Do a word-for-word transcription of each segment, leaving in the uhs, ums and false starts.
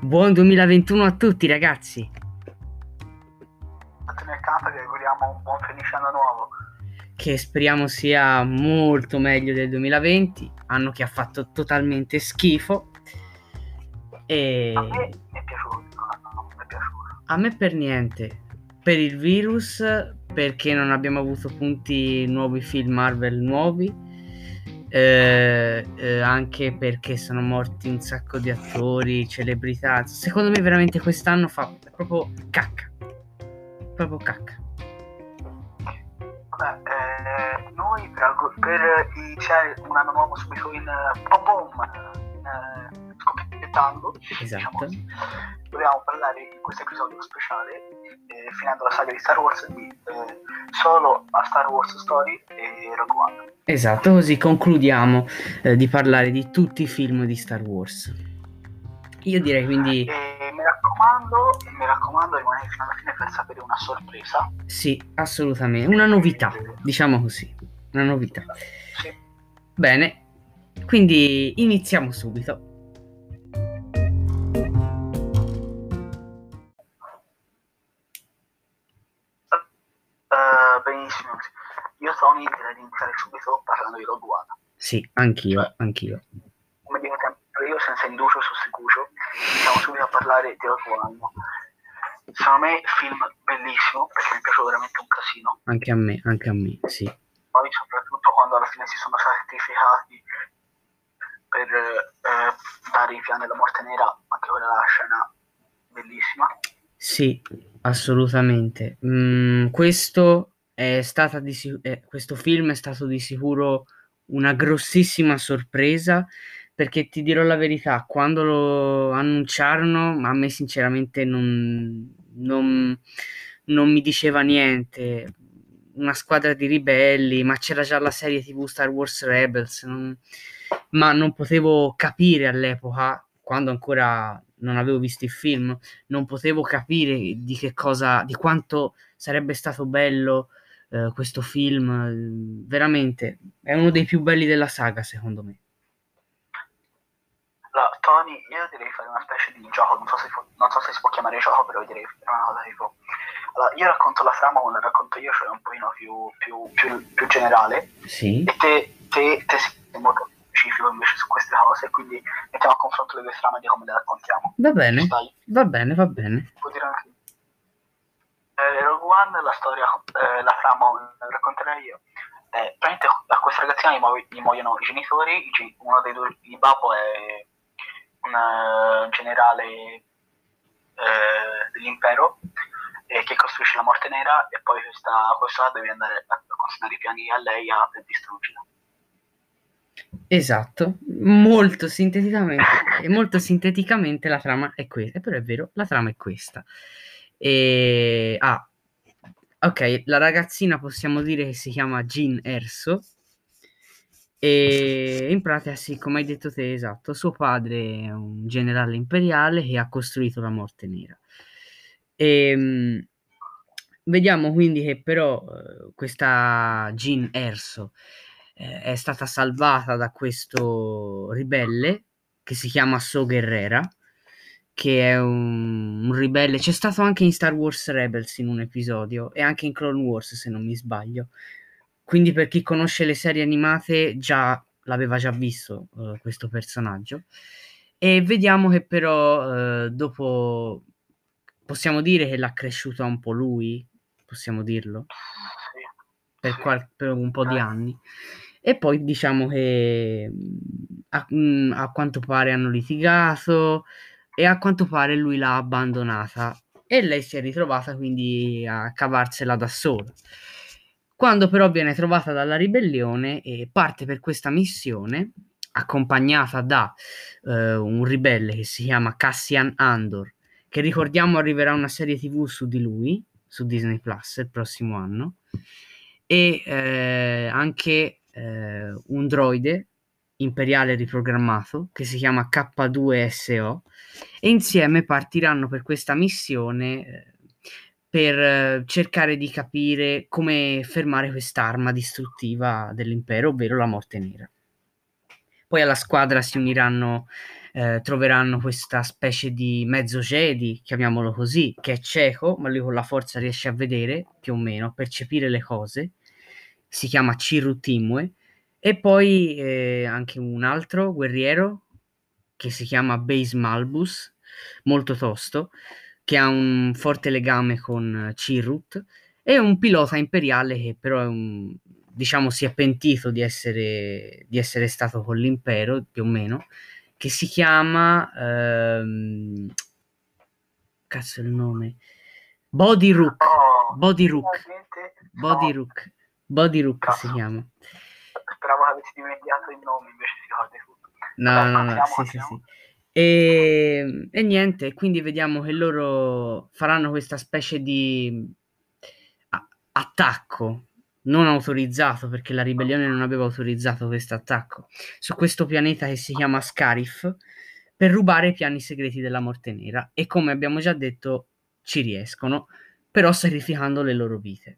Buon duemilaventuno a tutti, ragazzi. Nel campo che auguriamo un buon felice anno nuovo. Che speriamo sia molto meglio del duemilaventi, anno che ha fatto totalmente schifo. E A me mi è piaciuto, no, mi è piaciuto. a me per niente. Per il virus, perché non abbiamo avuto punti nuovi film Marvel nuovi. Eh, eh, anche perché sono morti un sacco di attori, celebrità. Secondo me veramente quest'anno fa proprio cacca. Proprio cacca. Beh, eh, noi per, per iniziare un anno nuovo subito in uh, boom, uh, scoppiettando, Esatto. diciamo, dobbiamo parlare in questo episodio speciale, eh, finendo la saga di Star Wars, di eh, solo a Star Wars Story e Rogue One. Esatto, così concludiamo eh, di parlare di tutti i film di Star Wars. Io direi quindi... E mi raccomando, mi raccomando, rimanete fino alla fine per sapere una sorpresa. Sì, assolutamente. Una novità, diciamo così. Una novità. Sì. Bene, quindi iniziamo subito. Uh, benissimo. Io Tony direi di iniziare subito parlando di Rogue One. Sì, anch'io, cioè, anch'io. Come dico sempre io, senza inducio su sicuro, iniziamo subito a parlare di Rogue One. Secondo me film bellissimo, perché mi piace veramente un casino. Anche a me, anche a me, sì. Poi soprattutto quando alla fine si sono sacrificati per eh, dare i piani alla Morte Nera, anche quella è una scena bellissima. Sì, assolutamente. Mm, questo è stata di sic- eh, questo film è stato di sicuro una grossissima sorpresa, perché ti dirò la verità, quando lo annunciarono, a me sinceramente non, non, non mi diceva niente. Una squadra di ribelli, ma c'era già la serie T V Star Wars Rebels, non- ma non potevo capire all'epoca, quando ancora non avevo visto il film, non potevo capire di che cosa, di quanto sarebbe stato bello eh, questo film. Veramente è uno dei più belli della saga, secondo me. Allora, Tony, io direi fare una specie di gioco, non so se, non so se si può chiamare gioco, però direi fare una cosa tipo... Allora, io racconto la trama come la racconto io, cioè un pochino più, più, più, più generale, Sì. e te, te, te sei molto specifico invece su queste cose, quindi mettiamo a confronto le due trame di come le raccontiamo. Va bene, Stai? va bene, va bene. Può dire anche... Eh, Rogue One, la storia, eh, la trama la racconterei io. Eh, praticamente a questa ragazzina gli, muo- gli muoiono i genitori, i, uno dei due, il babbo è un uh, generale eh, dell'impero eh, che costruisce la Morte Nera, e poi questa cosa deve andare a consegnare i piani a lei a, per distruggerla. Esatto, molto sinteticamente, e molto sinteticamente la trama è questa, però è vero, la trama è questa. E ah, ok, la ragazzina possiamo dire che si chiama Jyn Erso, e in pratica sì, come hai detto te, esatto, suo padre è un generale imperiale che ha costruito la Morte Nera. E, mh, vediamo quindi che però eh, questa Jyn Erso eh, è stata salvata da questo ribelle che si chiama So Guerrera, che è un, un ribelle. C'è stato anche in Star Wars Rebels in un episodio e anche in Clone Wars, se non mi sbaglio. Quindi per chi conosce le serie animate già l'aveva già visto eh, questo personaggio. E vediamo che però eh, dopo possiamo dire che l'ha cresciuta un po' lui, possiamo dirlo, Sì, per, sì. qual- per un po' di Eh. anni. E poi diciamo che mh, a, mh, a quanto pare hanno litigato e a quanto pare lui l'ha abbandonata e lei si è ritrovata quindi a cavarsela da sola. Quando però viene trovata dalla ribellione e parte per questa missione, accompagnata da eh, un ribelle che si chiama Cassian Andor, che ricordiamo arriverà una serie T V su di lui, su Disney Plus il prossimo anno, e eh, anche eh, un droide imperiale riprogrammato che si chiama K due S O, e insieme partiranno per questa missione eh, per eh, cercare di capire come fermare quest'arma distruttiva dell'impero, ovvero la Morte Nera. Poi alla squadra si uniranno eh, troveranno questa specie di mezzo Jedi, chiamiamolo così, che è cieco, ma lui con la forza riesce a vedere, più o meno, a percepire le cose. Si chiama Chirrut Imwe. E poi eh, anche un altro guerriero che si chiama Base Malbus, molto tosto, che ha un forte legame con Chirrut, e un pilota imperiale che però è un, diciamo, si è pentito di essere, di essere stato con l'impero, più o meno, che si chiama... ehm, cazzo è il nome? Body Rook. Oh, Body Rook. finalmente. Body No, Rook. Body Rook si cazzo. chiama. Speravo che avessi dimenticato il nome, invece si ricordi tutto. No, Vabbè, no, no, continuiamo, sì, sì, continuiamo. sì. E, e niente, quindi vediamo che loro faranno questa specie di a- attacco non autorizzato, perché la ribellione non aveva autorizzato questo attacco, su questo pianeta che si chiama Scarif, per rubare i piani segreti della Morte Nera. E come abbiamo già detto, ci riescono, però sacrificando le loro vite.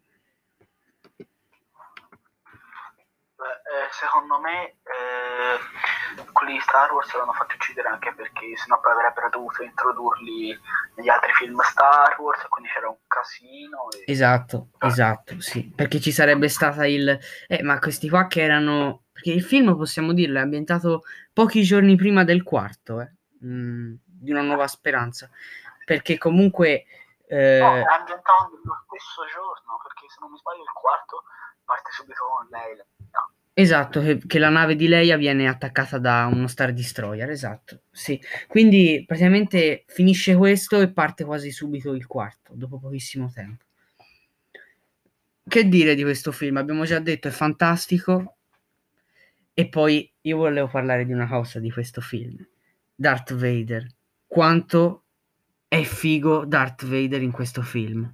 Beh, eh, secondo me eh, quelli di Star Wars l'hanno fatti uccidere anche perché sennò poi avrebbero dovuto introdurli negli altri film Star Wars e quindi c'era un casino. E... Esatto, esatto, sì, perché ci sarebbe stata il... Eh, ma questi qua che erano... Perché il film, possiamo dirlo, è ambientato pochi giorni prima del quarto, eh, mm, di Una Nuova Speranza, perché comunque... No, eh, è ambientato lo stesso giorno perché se non mi sbaglio il quarto parte subito con lei. No. esatto, che, che la nave di Leia viene attaccata da uno Star Destroyer, esatto, sì. Quindi praticamente finisce questo e parte quasi subito il quarto, dopo pochissimo tempo. Che dire di questo film? Abbiamo già detto, è fantastico. E poi io volevo parlare di una cosa di questo film. Darth Vader. Quanto è figo Darth Vader in questo film.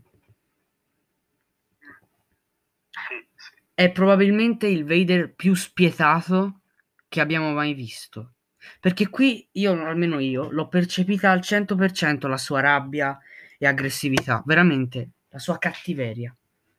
Sì, sì. È probabilmente il Vader più spietato che abbiamo mai visto. Perché qui io, almeno io, l'ho percepita al cento per cento la sua rabbia e aggressività, veramente, la sua cattiveria.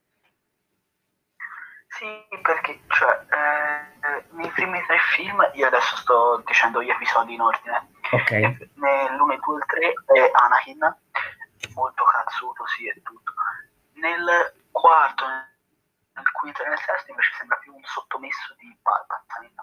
Sì, perché cioè, eh, nei primi tre film, io adesso sto dicendo gli episodi in ordine, Ok. nell'uno, il due e il tre è Anakin, molto cazzuto, sì, e tutto. Nel quarto, nel quinto e nel sesto invece sembra più un sottomesso di Palpatine.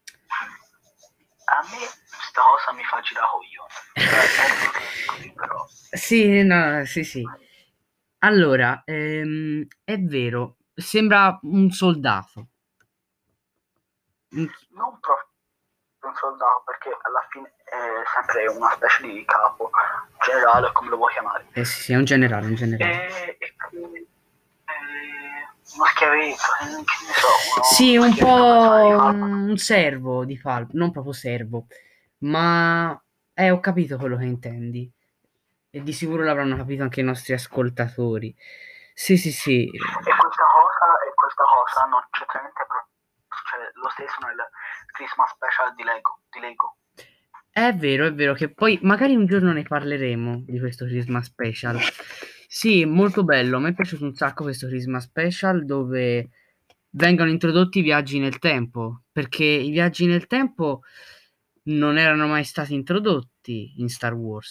A me questa cosa mi fa girare coglione. Cioè, così, però. Sì, no, sì, sì. Allora, ehm, è vero, sembra un soldato. Un- Non proprio un soldato, perché alla fine è sempre una specie di capo, generale, come lo vuoi chiamare. Eh sì, sì, è un generale, un generale. E, e quindi eh, uno schiavetto, che ne so, uno, Sì, uno un schiavetto personale di po' Palpatine. un servo di Falp, non proprio servo, ma eh, ho capito quello che intendi. E di sicuro l'avranno capito anche i nostri ascoltatori. Sì, sì, sì. E questa cosa, e questa cosa non c'è niente proprio, cioè, lo stesso nel Christmas special di Lego. Di Lego. È vero, è vero che poi magari un giorno ne parleremo di questo Christmas Special. Sì, molto bello. A me è piaciuto un sacco questo Christmas Special dove vengono introdotti i viaggi nel tempo, perché i viaggi nel tempo non erano mai stati introdotti in Star Wars.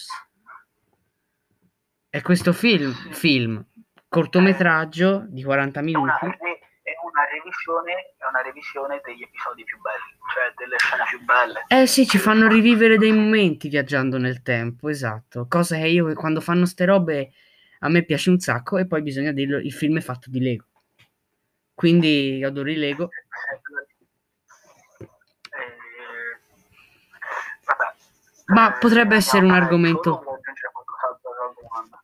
E questo film, Sì. film, Eh, cortometraggio di quaranta è, una, minuti. è, una revisione, è una revisione degli episodi più belli, cioè delle scene più belle. Eh sì, ci Che fanno fanno. rivivere dei momenti viaggiando nel tempo, esatto. Cosa che io quando fanno ste robe a me piace un sacco, e poi bisogna dirlo, il film è fatto di Lego. Quindi io adoro i Lego. Eh, vabbè, Ma eh, potrebbe essere andiamo a un parlare di solo o argomento. vuoi aggiungere qualcos'altro alla domanda?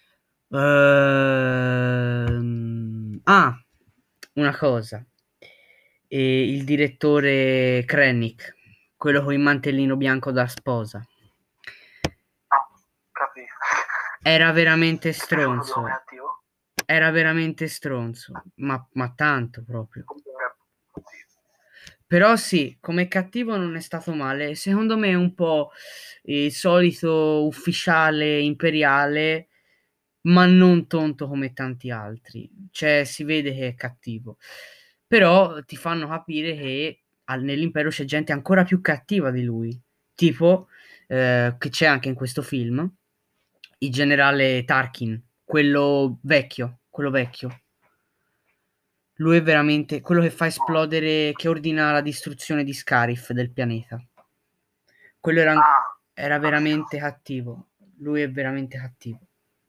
Ehm, ah, una cosa. E il direttore Krennic, quello con il mantellino bianco da sposa. Ah, capito. Era veramente Ti è piaciuto di come è stronzo. attivo? Era veramente stronzo, ma, ma tanto proprio. Comunque, Però sì, come cattivo non è stato male. Secondo me è un po' il solito ufficiale imperiale, ma non tonto come tanti altri. Cioè, si vede che è cattivo. Però ti fanno capire che al- nell'impero c'è gente ancora più cattiva di lui. tipo eh, che c'è anche in questo film, il generale Tarkin, quello vecchio, quello vecchio. Lui è veramente quello che fa esplodere, che ordina la distruzione di Scarif del pianeta. Quello era, Ah, era veramente cattivo. Lui è veramente cattivo.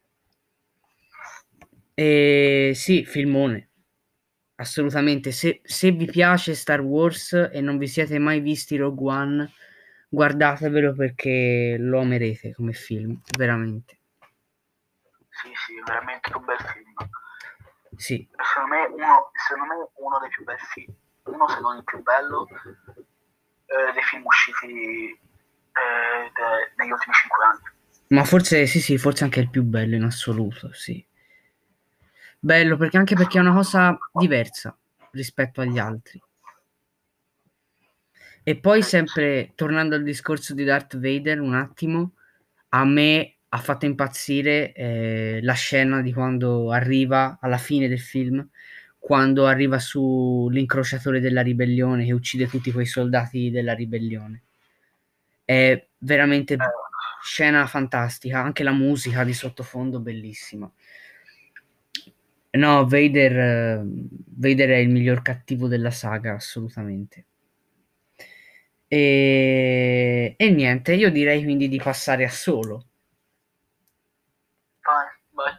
E sì, filmone. Assolutamente. Se, se vi piace Star Wars e non vi siete mai visti Rogue One, guardatevelo perché lo amerete come film, veramente. sì, sì, è veramente un bel film. Sì. Secondo me uno, secondo me uno dei più belli film, uno se non il più bello, eh, dei film usciti eh, de- negli ultimi cinque anni. Ma forse sì, sì, forse anche il più bello in assoluto, sì. Bello perché anche perché è una cosa diversa rispetto agli altri. E poi Sì, sì. sempre tornando al discorso di Darth Vader un attimo, a me ha fatto impazzire eh, la scena di quando arriva alla fine del film, quando arriva sull'incrociatore della ribellione che uccide tutti quei soldati della ribellione. È veramente Eh, scena fantastica, anche la musica di sottofondo bellissima. No, Vader, eh, Vader è il miglior cattivo della saga, assolutamente. E, e niente, io direi quindi di passare a Solo. vai, vai.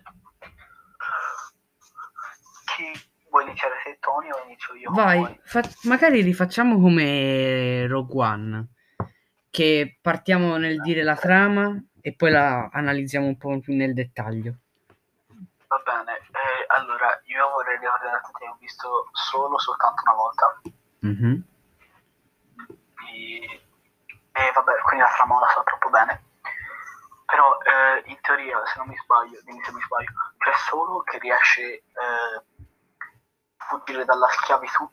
Chi vuoi iniziare te, Tony, o inizio io come Vai, vuoi? fa- magari rifacciamo come Rogue One, che partiamo nel dire la trama e poi la analizziamo un po' più nel dettaglio. Va bene, eh, allora io vorrei ricordare a te che ho visto solo soltanto una volta. Mhm. E, e vabbè, quindi la trama non la so troppo bene. Però eh, in teoria, se non mi sbaglio, dimmi se mi sbaglio, c'è solo che riesce eh, a fuggire dalla schiavitù.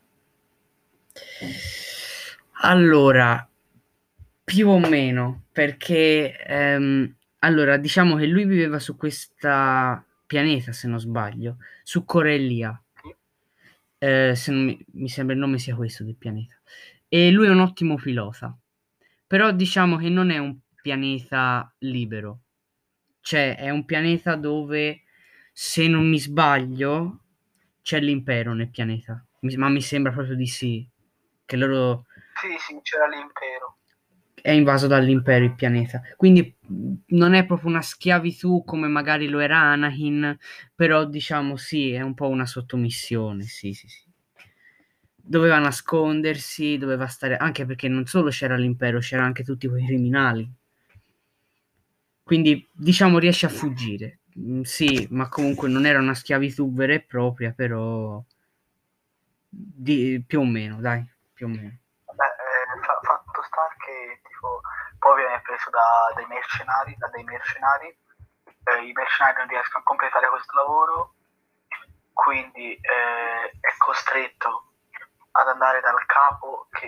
Allora, più o meno, perché ehm, allora diciamo che lui viveva su questa pianeta, se non sbaglio, su Corellia. Sì, Eh, se non mi, mi sembra il nome sia questo del pianeta. E lui è un ottimo pilota, però diciamo che non è un pianeta libero, cioè è un pianeta dove, se non mi sbaglio, c'è l'impero nel pianeta, Mi- ma mi sembra proprio di sì, che loro sì, sì, c'era l'impero. è invaso dall'impero il pianeta. Quindi mh, non è proprio una schiavitù come magari lo era Anakin, però diciamo sì, è un po' una sottomissione, sì, sì, sì. Doveva nascondersi, doveva stare, anche perché non solo c'era l'impero, c'era anche tutti quei criminali. Quindi diciamo riesce a fuggire. Mm, sì, ma comunque non era una schiavitù vera e propria, però di- più o meno, dai, più o meno. Vabbè, eh, fa- fatto sta che tipo, poi viene preso da dei mercenari, da dei mercenari, eh, i mercenari non riescono a completare questo lavoro, quindi eh, è costretto ad andare dal capo che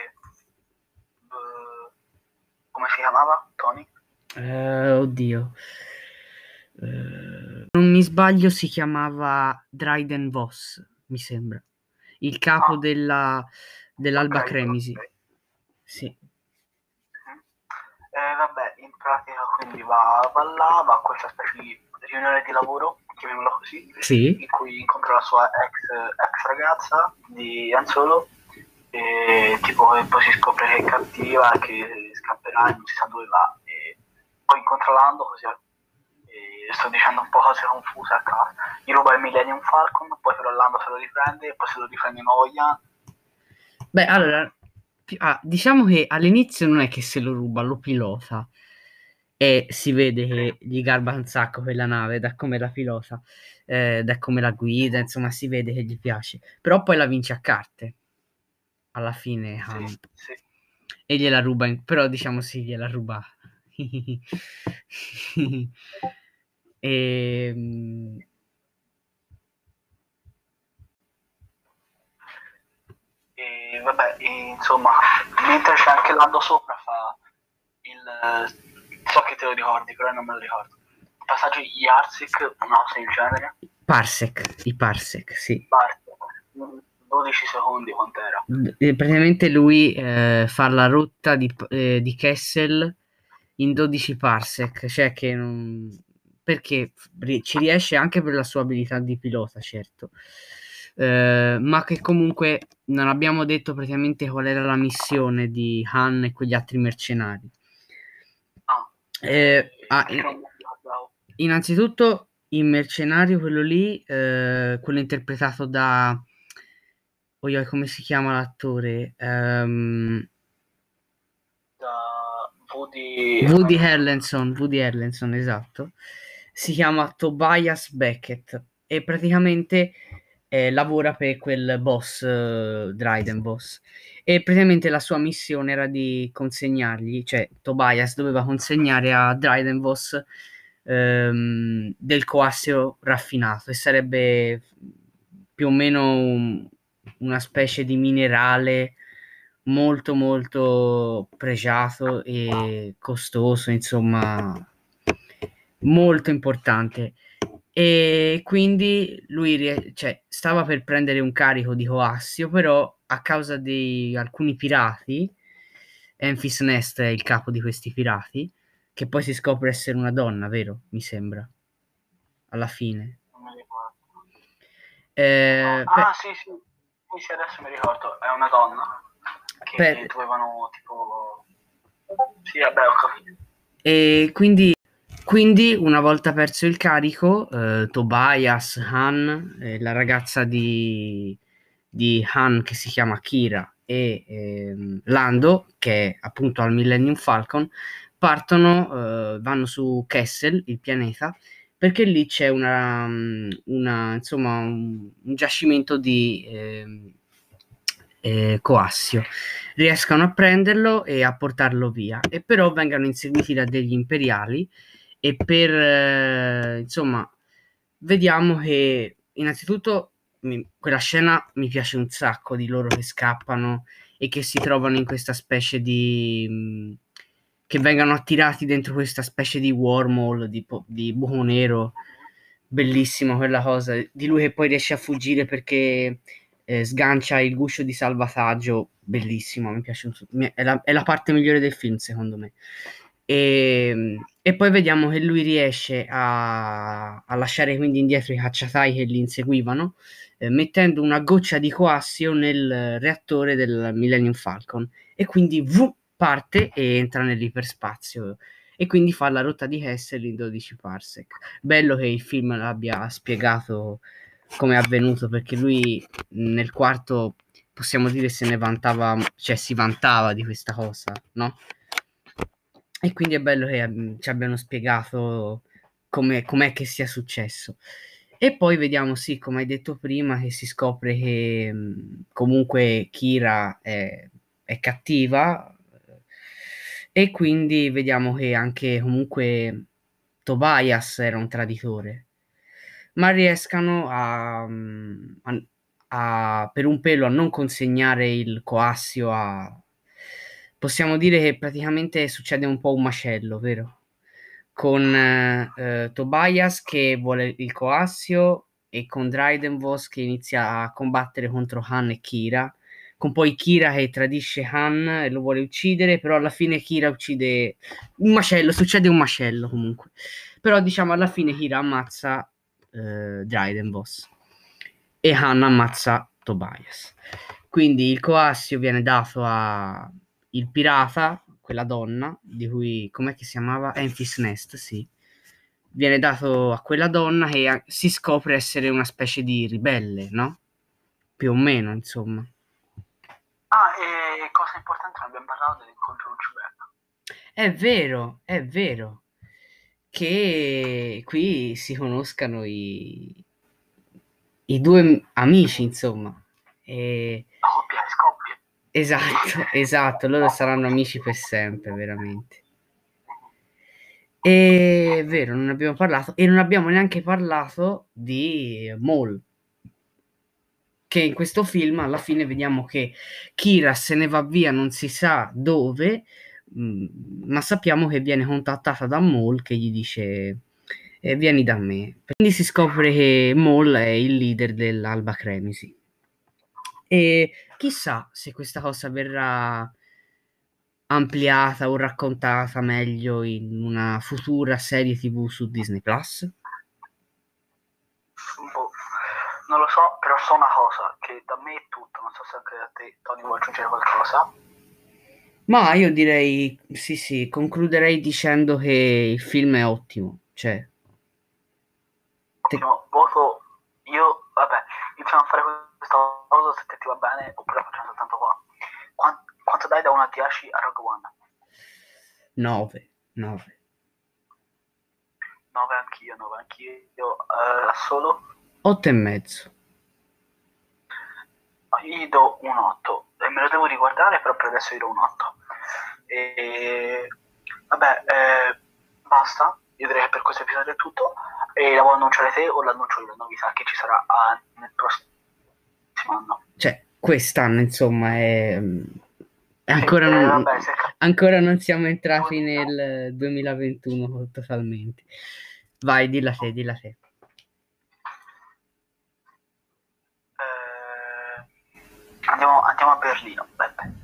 eh, come si chiamava? Tony? Eh, oddio. Eh, non mi sbaglio, si chiamava Dryden Voss, mi sembra. Il capo Ah, della, ok, dell'Alba ok. Cremisi. Sì. Mhm. Eh, vabbè, in pratica quindi va, va là, va a questa specie di riunione di lavoro, chiamiamola così, Sì. in cui incontra la sua ex, ex ragazza di Anzolo, e tipo e poi si scopre che è cattiva, che scapperà e non si sa dove va, e poi incontra Lando così, e sto dicendo un po' cose confuse a caso, gli ruba il Millennium Falcon, poi però Lando se lo riprende, e poi se lo riprende di nuovo Ian. Beh, allora, pi- ah, diciamo che all'inizio non è che se lo ruba, lo pilota e si vede Sì, che gli garba un sacco quella nave da come la pilota, eh, da come la guida, insomma, si vede che gli piace. Però poi la vince a carte, alla fine, sì, Han. sì. E gliela ruba, in- però diciamo sì, gliela ruba. E, mm, E vabbè, e, insomma, mentre c'è anche Lando sopra fa il... so che te lo ricordi, però non me lo ricordo. Il passaggio di Yarsik, una cosa del genere. Parsec, i Parsec, sì. Bart, dodici secondi quant'era? D- praticamente lui eh, fa la rotta di, eh, di Kessel in dodici parsec, cioè che non... perché ri- ci riesce anche per la sua abilità di pilota, certo. Eh, ma che comunque non abbiamo detto praticamente qual era la missione di Han e quegli altri mercenari. Ah, Eh, eh, ah, perché in- non mi ricordavo. innanzitutto il mercenario, quello lì, eh, quello interpretato da... Oi, come si chiama l'attore? Ehm, Da Woody... Woody Harrelson, Woody Harrelson, esatto. Si chiama Tobias Beckett e praticamente eh, lavora per quel boss, eh, Dryden Boss. E praticamente la sua missione era di consegnargli, cioè Tobias doveva consegnare a Dryden Boss ehm, del coassio raffinato e sarebbe più o meno un- una specie di minerale molto molto pregiato e costoso, insomma, molto importante. E quindi lui rie- cioè, stava per prendere un carico di coassio, però a causa di alcuni pirati, Enfys Nest è il capo di questi pirati, che poi si scopre essere una donna, vero? Mi sembra, alla fine. Non mi ricordo. No. Eh, Ah, pe- sì, sì, sì, sì, adesso mi ricordo, è una donna che per- dovevano tipo... Sì, vabbè, ho capito. E quindi, quindi una volta perso il carico, eh, Tobias, Han, eh, la ragazza di, di Han che si chiama Kira e ehm, Lando, che è appunto al Millennium Falcon, partono, eh, vanno su Kessel, il pianeta, perché lì c'è una, mm, una, insomma, un, un giacimento di ehm, eh, coassio. Riescano a prenderlo e a portarlo via, e però vengano inseguiti da degli imperiali e per, eh, insomma, vediamo che innanzitutto mi- quella scena mi piace un sacco di loro che scappano e che si trovano in questa specie di... mh, che vengano attirati dentro questa specie di wormhole, di, po- di buco nero. Bellissima quella cosa, di lui che poi riesce a fuggire perché eh, sgancia il guscio di salvataggio, bellissimo, mi piace un, mi- è, la, è la parte migliore del film secondo me. E, e poi vediamo che lui riesce a, a lasciare quindi indietro i cacciatai che li inseguivano, eh, mettendo una goccia di coassio nel reattore del Millennium Falcon e quindi vu, parte e entra nell'iperspazio e quindi fa la rotta di Hessel in dodici parsec. Bello che il film l'abbia spiegato come è avvenuto, perché lui nel quarto possiamo dire se ne vantava, cioè si vantava di questa cosa, no? E quindi è bello che mm, ci abbiano spiegato come, com'è che sia successo. E poi vediamo, sì, come hai detto prima, che si scopre che mh, comunque Kira è, è cattiva e quindi vediamo che anche comunque Tobias era un traditore, ma riescano a, mh, a- a- per un pelo a non consegnare il coassio a... Possiamo dire che praticamente succede un po' un macello, vero? Con eh, eh, Tobias che vuole il coassio e con Dryden Voss che inizia a combattere contro Han e Kira, con poi Kira che tradisce Han e lo vuole uccidere, però alla fine Kira uccide un macello, succede un macello comunque. Però diciamo alla fine Kira ammazza eh, Dryden Voss e Han ammazza Tobias. Quindi il coassio viene dato a il pirata, quella donna, di cui, com'è che si chiamava? Enfys Nest, sì. Viene dato a quella donna che a- si scopre essere una specie di ribelle, no? Più o meno, insomma. Ah, e cosa importante, non abbiamo parlato dell'incontro con Chewbacca. È vero, è vero che qui si conoscano i, i due amici, insomma. E- La coppia che scoppia. esatto, esatto, loro saranno amici per sempre, veramente. E, è vero, non abbiamo parlato e non abbiamo neanche parlato di Maul, che in questo film alla fine vediamo che Kira se ne va via non si sa dove, mh, ma sappiamo che viene contattata da Maul che gli dice eh, vieni da me. Quindi si scopre che Maul è il leader dell'Alba Cremisi. E chissà se questa cosa verrà ampliata o raccontata meglio in una futura serie T V su Disney Plus. Boh, non lo so, però so una cosa, che da me è tutto, non so se anche da te, Tony, vuoi aggiungere qualcosa? Ma io direi, sì, sì, concluderei dicendo che il film è ottimo, cioè, te- Ottimo, voto, io, vabbè, iniziamo a fare questa cosa, se te ti va bene, oppure la facciamo soltanto qua. Quan- quanto dai da uno a dieci a Rogue One? nove, nove. nove anch'io, nove anch'io, eh, solo? otto e mezzo. Io gli do un otto, e me lo devo riguardare, però per adesso gli do un otto. E vabbè, eh, basta, io direi che per questo episodio è tutto. E la vuoi annunciare te o l'annuncio io la novità che ci sarà ah, nel prossimo anno? Cioè, quest'anno, insomma, è... è ancora, Sì, eh, non... vabbè, se cap- ancora non siamo entrati nel duemilaventuno totalmente. Vai, dilla te, dilla te. eh, andiamo, andiamo a Berlino, Beppe.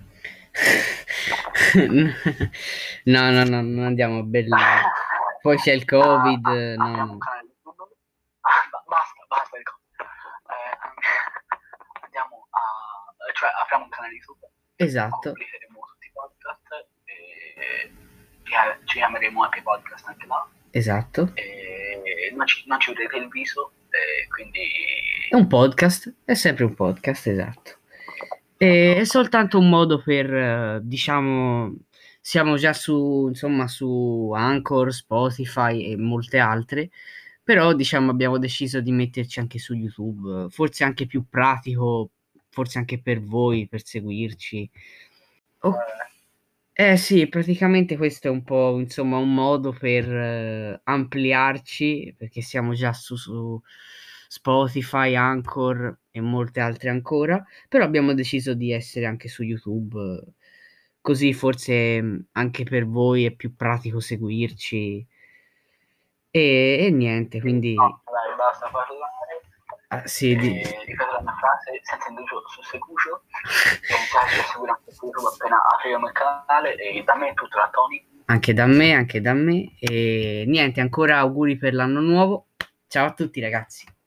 No, no, no, non andiamo a Berlino. Poi c'è il Covid, Ah, ah, no, apriamo no. un canale YouTube. Ah, ba- basta, basta il Covid. Eh, andiamo a... cioè apriamo un canale YouTube. Esatto, Pubblicheremo tutti i podcast e ci- ci chiameremo Happy Podcast anche là. esatto. E non ci, non ci vedrete il viso, e quindi È un podcast, è sempre un podcast, esatto. E- è soltanto un modo per, eh, diciamo, siamo già su, insomma, su Anchor, Spotify e molte altre, però, diciamo, abbiamo deciso di metterci anche su YouTube, forse anche più pratico, forse anche per voi, per seguirci. Oh, eh sì, praticamente questo è un po', insomma, un modo per eh, ampliarci, perché siamo già su, su Spotify, Anchor e molte altre ancora, però abbiamo deciso di essere anche su YouTube, eh, così forse mh, anche per voi è più pratico seguirci. E, e niente, quindi no, dai, basta parlare. ah, sì, di- E ripeto la mia frase senza indugio su Segucio. E iniziarci a seguire anche su YouTube appena apriamo il canale. E da me è tutto, da Tony. anche da me, anche da me. E niente, ancora auguri per l'anno nuovo. Ciao a tutti, ragazzi.